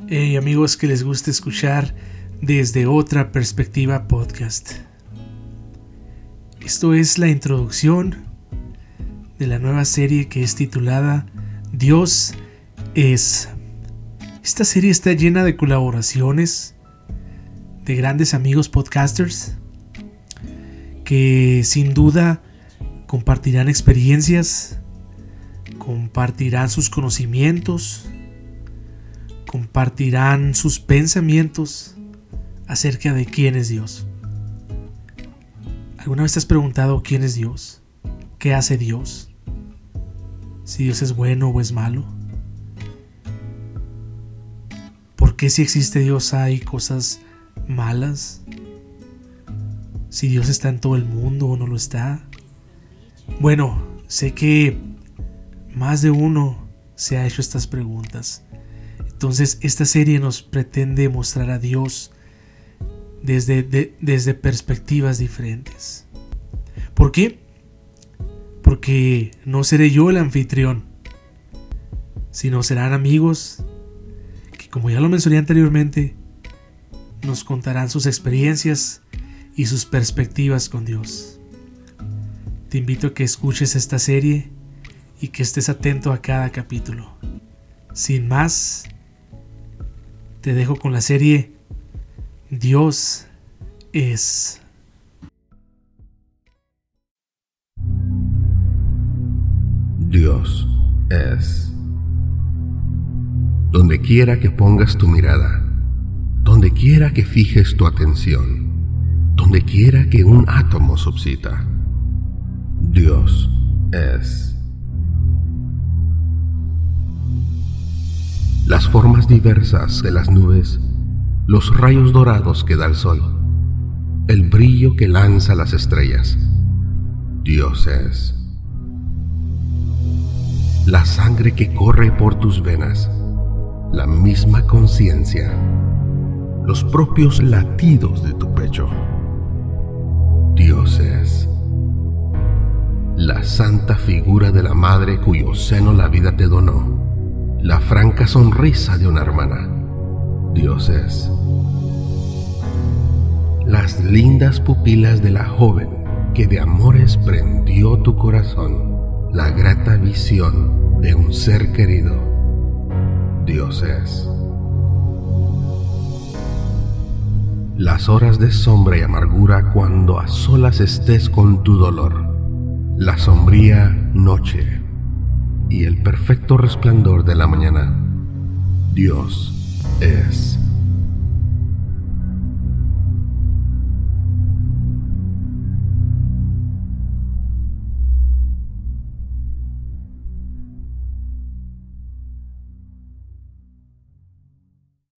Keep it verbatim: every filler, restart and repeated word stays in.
Hey amigos que les gusta escuchar desde otra perspectiva podcast. Esto es la introducción de la nueva serie que es titulada Dios es. Esta serie está llena de colaboraciones de grandes amigos podcasters que sin duda compartirán experiencias, compartirán sus conocimientos, compartirán sus pensamientos acerca de quién es Dios. ¿Alguna vez te has preguntado quién es Dios? ¿Qué hace Dios? ¿Si Dios es bueno o es malo? ¿Por qué si existe Dios hay cosas malas? ¿Si Dios está en todo el mundo o no lo está? Bueno, sé que más de uno se ha hecho estas preguntas. Entonces esta serie nos pretende mostrar a Dios desde, de, desde perspectivas diferentes. ¿Por qué? Porque no seré yo el anfitrión, sino serán amigos que, como ya lo mencioné anteriormente, nos contarán sus experiencias y sus perspectivas con Dios. Te invito a que escuches esta serie y que estés atento a cada capítulo. Sin más, te dejo con la serie Dios es. Dios es. Donde quiera que pongas tu mirada, donde quiera que fijes tu atención, donde quiera que un átomo subsista, Dios es. Las formas diversas de las nubes, los rayos dorados que da el sol, el brillo que lanza las estrellas, Dios es. La sangre que corre por tus venas, la misma conciencia, los propios latidos de tu pecho, Dios es. La santa figura de la madre cuyo seno la vida te donó, la franca sonrisa de una hermana, Dios es. Las lindas pupilas de la joven que de amores prendió tu corazón, la grata visión de un ser querido, Dios es. Las horas de sombra y amargura cuando a solas estés con tu dolor, la sombría noche y el perfecto resplandor de la mañana, Dios es.